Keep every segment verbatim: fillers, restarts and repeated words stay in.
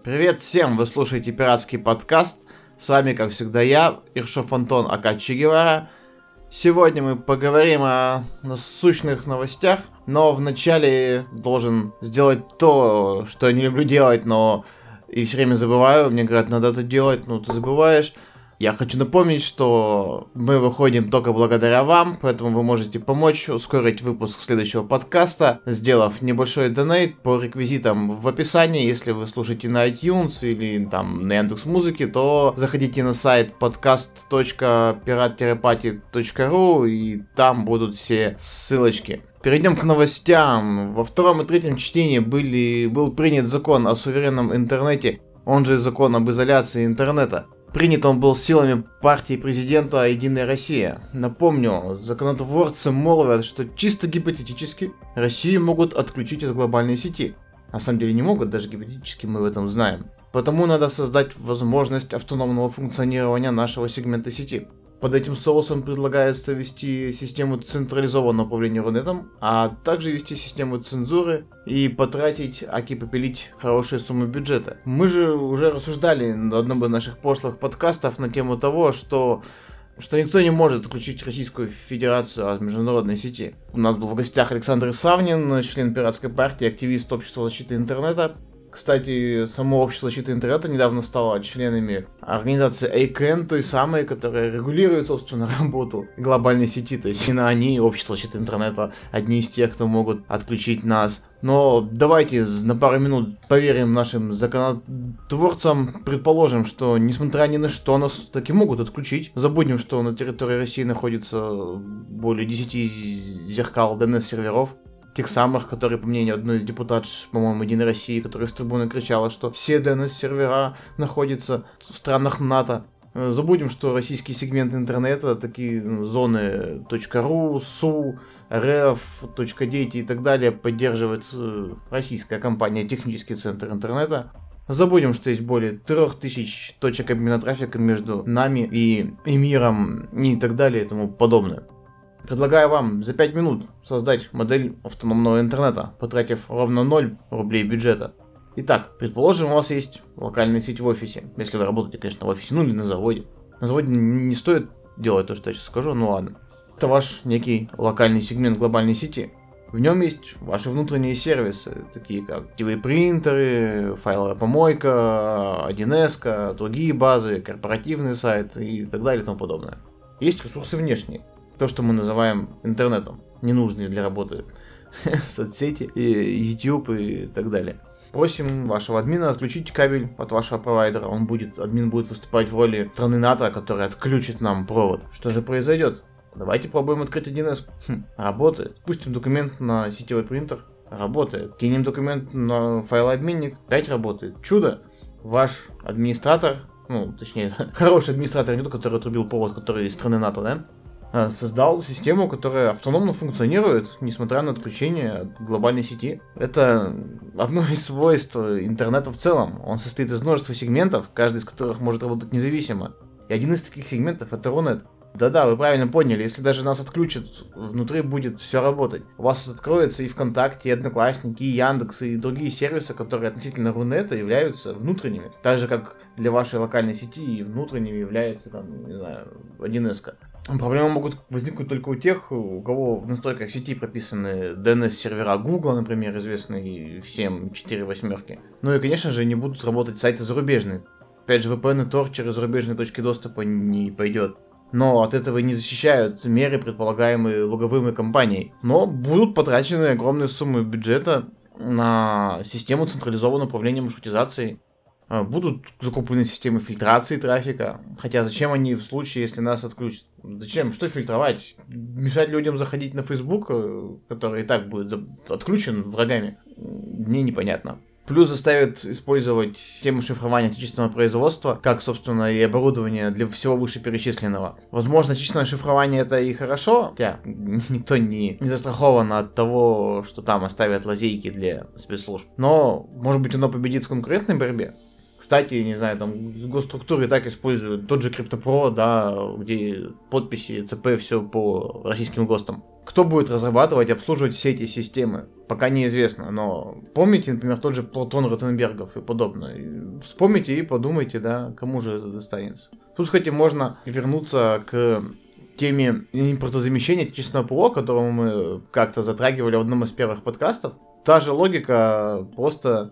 Привет всем, вы слушаете пиратский подкаст. С вами, как всегда, я, Иршов Антон, ака Че Гевара. Сегодня мы поговорим о насущных новостях, но вначале должен сделать то, что я не люблю делать, но и все время забываю. Мне говорят, надо это делать, но ты забываешь. Я хочу напомнить, что мы выходим только благодаря вам, поэтому вы можете помочь ускорить выпуск следующего подкаста, сделав небольшой донейт по реквизитам в описании. Если вы слушаете на iTunes или там на Яндекс.Музыке, то заходите на сайт подкаст точка пират пати точка ру и там будут все ссылочки. Перейдем к новостям. Во втором и третьем чтении были, был принят закон о суверенном интернете, он же закон об изоляции интернета. Принят он был силами партии президента «Единая Россия». Напомню, законотворцы молвят, что чисто гипотетически Россию могут отключить от глобальной сети. На самом деле не могут, даже гипотетически мы в этом знаем. Потому надо создать возможность автономного функционирования нашего сегмента сети. Под этим соусом предлагается ввести систему централизованного управления Рунетом, а также ввести систему цензуры и потратить, аки попилить хорошие суммы бюджета. Мы же уже рассуждали на одном из наших прошлых подкастов на тему того, что, что никто не может отключить Российскую Федерацию от международной сети. У нас был в гостях Александр Савнин, член пиратской партии, активист Общества защиты интернета. Кстати, само Общество защиты интернета недавно стало членами организации эй кей эн, той самой, которая регулирует, собственно, работу глобальной сети. То есть именно они, Общество защиты интернета, одни из тех, кто могут отключить нас. Но давайте на пару минут поверим нашим законотворцам, предположим, что несмотря ни на что нас таки могут отключить. Забудем, что на территории России находится более десяти зеркал ди эн эс-серверов. Тех самых, которые, по мнению одной из депутатш, по-моему, Единой России, которая с трибуны кричала, что все ди эн эс-сервера находятся в странах НАТО. Забудем, что российский сегмент интернета, такие зоны .ру, СУ, РФ, .дети и так далее, поддерживает российская компания Технический центр интернета. Забудем, что есть более трех тысяч точек обмена трафика между нами и, и миром и так далее и тому подобное. Предлагаю вам за пять минут создать модель автономного интернета, потратив ровно ноль рублей бюджета. Итак, предположим, у вас есть локальная сеть в офисе. Если вы работаете, конечно, в офисе, ну или на заводе. На заводе не стоит делать то, что я сейчас скажу, ну ладно. Это ваш некий локальный сегмент глобальной сети. В нем есть ваши внутренние сервисы, такие как ти ви-принтеры, файловая помойка, один эс, другие базы, корпоративный сайт и так далее и тому подобное. Есть ресурсы внешние. То, что мы называем интернетом, ненужные для работы соцсети, YouTube и так далее. Просим вашего админа отключить кабель от вашего провайдера. Он будет, админ будет выступать в роли страны НАТО, которая отключит нам провод. Что же произойдет? Давайте пробуем открыть один эс. Хм, работает. Пустим документ на сетевой принтер. Работает. Кинем документ на файлообменник. Опять работает. Чудо. Ваш администратор, ну, точнее, хороший администратор, не тот, который отрубил провод, который из страны НАТО, да? Создал систему, которая автономно функционирует, несмотря на отключение от глобальной сети. Это одно из свойств интернета в целом. Он состоит из множества сегментов, каждый из которых может работать независимо. И один из таких сегментов — это Рунет. Да-да, вы правильно поняли, если даже нас отключат, внутри будет все работать. У вас откроется и ВКонтакте, и Одноклассники, и Яндекс, и другие сервисы, которые относительно Рунета являются внутренними. Так же, как для вашей локальной сети и внутренними является, там, не знаю, один эс. Проблемы могут возникнуть только у тех, у кого в настройках сети прописаны ди эн эс-сервера Google, например, известные всем четыре восьмерки. Ну и, конечно же, не будут работать сайты зарубежные. Опять же, ви пи эн и Tor через зарубежные точки доступа не пойдет. Но от этого не защищают меры, предполагаемые логовыми компанией. Но будут потрачены огромные суммы бюджета на систему централизованного управления маршрутизацией. Будут закуплены системы фильтрации трафика. Хотя зачем они в случае, если нас отключат? Зачем? Что фильтровать? Мешать людям заходить на Facebook, который и так будет отключен врагами? Мне непонятно. Плюс заставит использовать систему шифрования отечественного производства, как, собственно, и оборудование для всего вышеперечисленного. Возможно, отечественное шифрование это и хорошо, хотя никто не, не застрахован от того, что там оставят лазейки для спецслужб. Но, может быть, оно победит в конкурентной борьбе? Кстати, не знаю, там госструктуры так используют тот же CryptoPro, да, где подписи, ЦП, все по российским ГОСТам. Кто будет разрабатывать, обслуживать все эти системы, пока неизвестно, но помните, например, тот же Платон Ротенбергов и подобное. Вспомните и подумайте, да, кому же это достанется. Тут, кстати, можно вернуться к теме импортозамещения отечественного ПО, которую мы как-то затрагивали в одном из первых подкастов. Та же логика, просто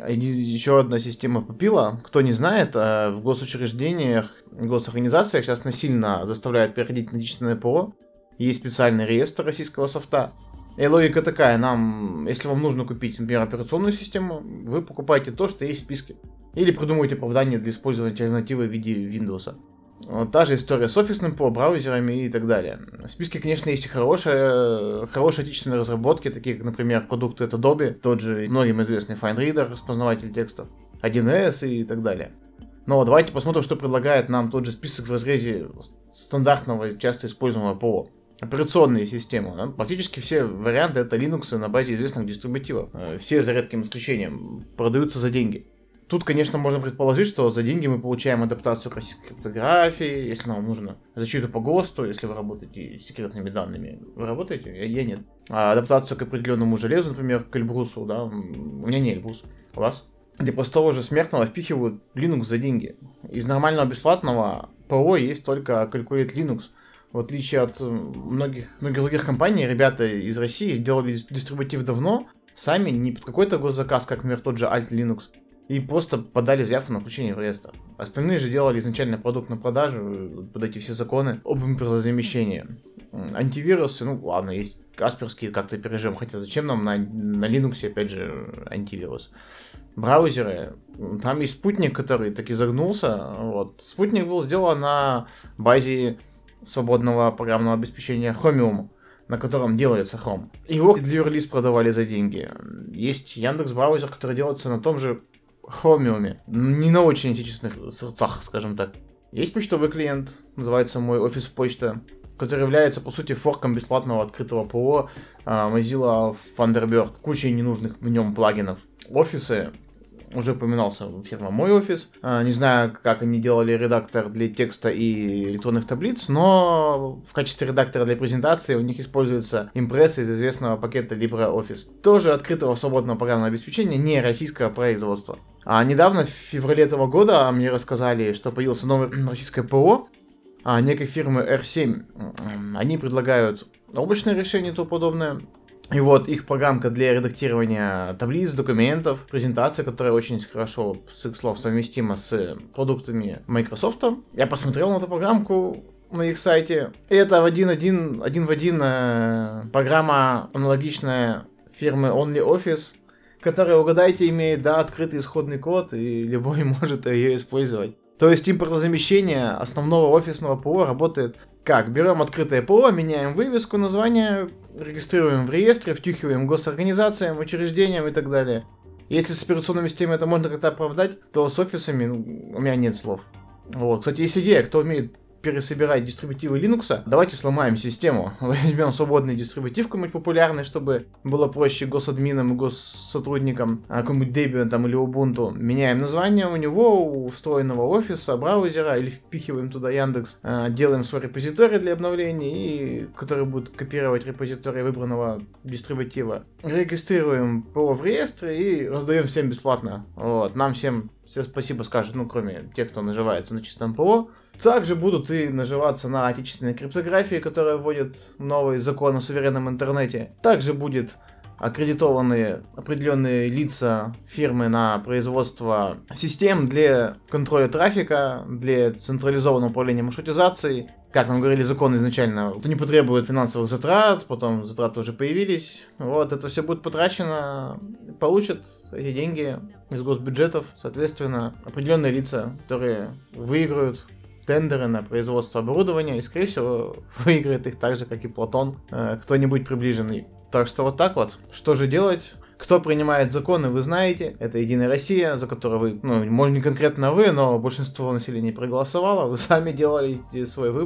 еще одна система попила. Кто не знает, в госучреждениях, госорганизациях сейчас насильно заставляют переходить на отечественное ПО. Есть специальный реестр российского софта. И логика такая, нам, если вам нужно купить, например, операционную систему, вы покупаете то, что есть в списке. Или придумываете оправдание для использования альтернативы в виде Windows. Вот та же история с офисным ПО, браузерами и так далее. В списке, конечно, есть и хорошие, хорошие отечественные разработки, такие как, например, продукты от Adobe, тот же многим известный FineReader, распознаватель текстов, один эс и так далее. Но давайте посмотрим, что предлагает нам тот же список в разрезе стандартного, часто используемого ПО. Операционные системы. Да? Практически все варианты это Linux на базе известных дистрибутивов. Все, за редким исключением, продаются за деньги. Тут, конечно, можно предположить, что за деньги мы получаем адаптацию к российской криптографии, если нам нужно защиту по ГОСТу, если вы работаете с секретными данными. Вы работаете? Я, я нет. А адаптацию к определенному железу, например, к Эльбрусу, да? У меня не Эльбрус. У вас? Для простого же смертного впихивают Linux за деньги. Из нормального бесплатного ПО есть только Calculate Linux. В отличие от многих, многих других компаний, ребята из России сделали дистрибутив давно, сами, не под какой-то госзаказ, как, например, тот же Alt Linux, и просто подали заявку на включение в реестр. Остальные же делали изначально продукт на продажу, под эти все законы об импортозамещении. Антивирусы, ну ладно, есть касперские, как-то переживем, хотя зачем нам на, на Linux, опять же, антивирус. Браузеры, там есть Спутник, который таки загнулся, вот. Спутник был сделан на базе свободного программного обеспечения Chromium, на котором делается Chrome. Его для релиз продавали за деньги. Есть Яндекс.Браузер, который делается на том же Chromium, не на очень отечественных сердцах, скажем так. Есть почтовый клиент, называется мой офис почта, который является, по сути, форком бесплатного открытого ПО Mozilla Thunderbird. Куча ненужных в нем плагинов. Офисы, уже упоминался фирма Мой Офис. Не знаю, как они делали редактор для текста и электронных таблиц, но в качестве редактора для презентации у них используется Impress из известного пакета LibreOffice. Тоже открытого свободного программного обеспечения, не российского производства. А недавно, в феврале этого года, мне рассказали, что появился новый российское ПО некой фирмы эр семь. Они предлагают облачное решение и тому подобное. И вот их программка для редактирования таблиц, документов, презентация, которая очень хорошо, с их слов, совместима с продуктами Microsoft. Я посмотрел на эту программку на их сайте. И это в один, один, один в один э, программа аналогичная фирмы OnlyOffice, которая, угадайте, имеет, да, открытый исходный код, и любой может ее использовать. То есть импортозамещение основного офисного ПО работает как? Берем открытое ПО, меняем вывеску, название, регистрируем в реестре, втюхиваем госорганизациям, учреждениям и так далее. Если с операционными системами это можно как-то оправдать, то с офисами, ну, у меня нет слов. Вот. Кстати, есть идея, кто умеет пересобирать дистрибутивы Linux, давайте сломаем систему. Возьмем свободный дистрибутив какой-нибудь популярный, чтобы было проще госадминам и госсотрудникам, какой-нибудь Debian там, или Ubuntu. Меняем название у него, у встроенного офиса, браузера, или впихиваем туда Яндекс, делаем свой репозиторий для обновлений, и, который будет копировать репозиторий выбранного дистрибутива. Регистрируем ПО в реестре и раздаем всем бесплатно. Вот. Нам всем все спасибо скажут, ну, кроме тех, кто наживается на чистом ПО. Также будут и наживаться на отечественной криптографии, которая вводит новый закон о суверенном интернете. Также будет аккредитованные определенные лица фирмы на производство систем для контроля трафика, для централизованного управления маршрутизацией. Как нам говорили, закон изначально это не потребует финансовых затрат, потом затраты уже появились. Вот, это все будет потрачено, получат эти деньги из госбюджетов, соответственно, определенные лица, которые выиграют тендеры на производство оборудования, и, скорее всего, выиграет их так же, как и Платон, э, кто-нибудь приближенный. Так что вот так вот. Что же делать? Кто принимает законы, вы знаете. Это Единая Россия, за которую вы, ну, может, не конкретно вы, но большинство населения проголосовало. Вы сами делали свой выбор.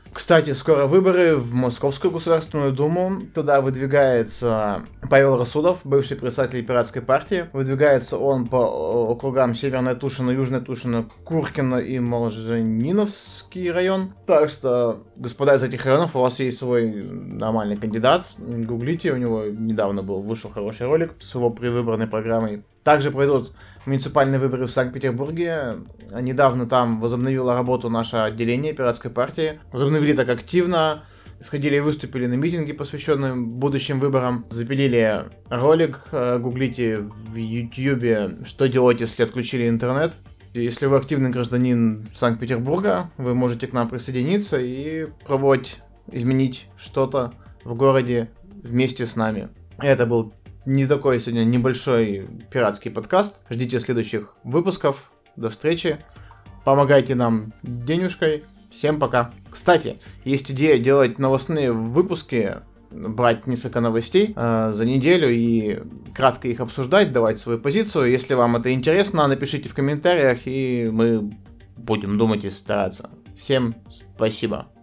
Кстати, скоро выборы в Московскую Государственную Думу. Туда выдвигается Павел Расудов, бывший председатель Пиратской партии. Выдвигается он по округам Северная Тушино, Южная Тушино, Куркино и Молжениновский район. Так что, господа из этих районов, у вас есть свой нормальный кандидат. Гуглите, у него недавно был, вышел хороший ролик с его предвыборной программой. Также пройдут муниципальные выборы в Санкт-Петербурге. Недавно там возобновило работу наше отделение Пиратской партии. Возобновили так активно. Сходили и выступили на митинге, посвященном будущим выборам. Запилили ролик. Гуглите в Ютьюбе, что делать, если отключили интернет. Если вы активный гражданин Санкт-Петербурга, вы можете к нам присоединиться и пробовать изменить что-то в городе вместе с нами. Это был не такой сегодня небольшой пиратский подкаст. Ждите следующих выпусков. До встречи. Помогайте нам денежкой. Всем пока. Кстати, есть идея делать новостные выпуски, брать несколько новостей э, за неделю и кратко их обсуждать, давать свою позицию. Если вам это интересно, напишите в комментариях, и мы будем думать и стараться. Всем спасибо.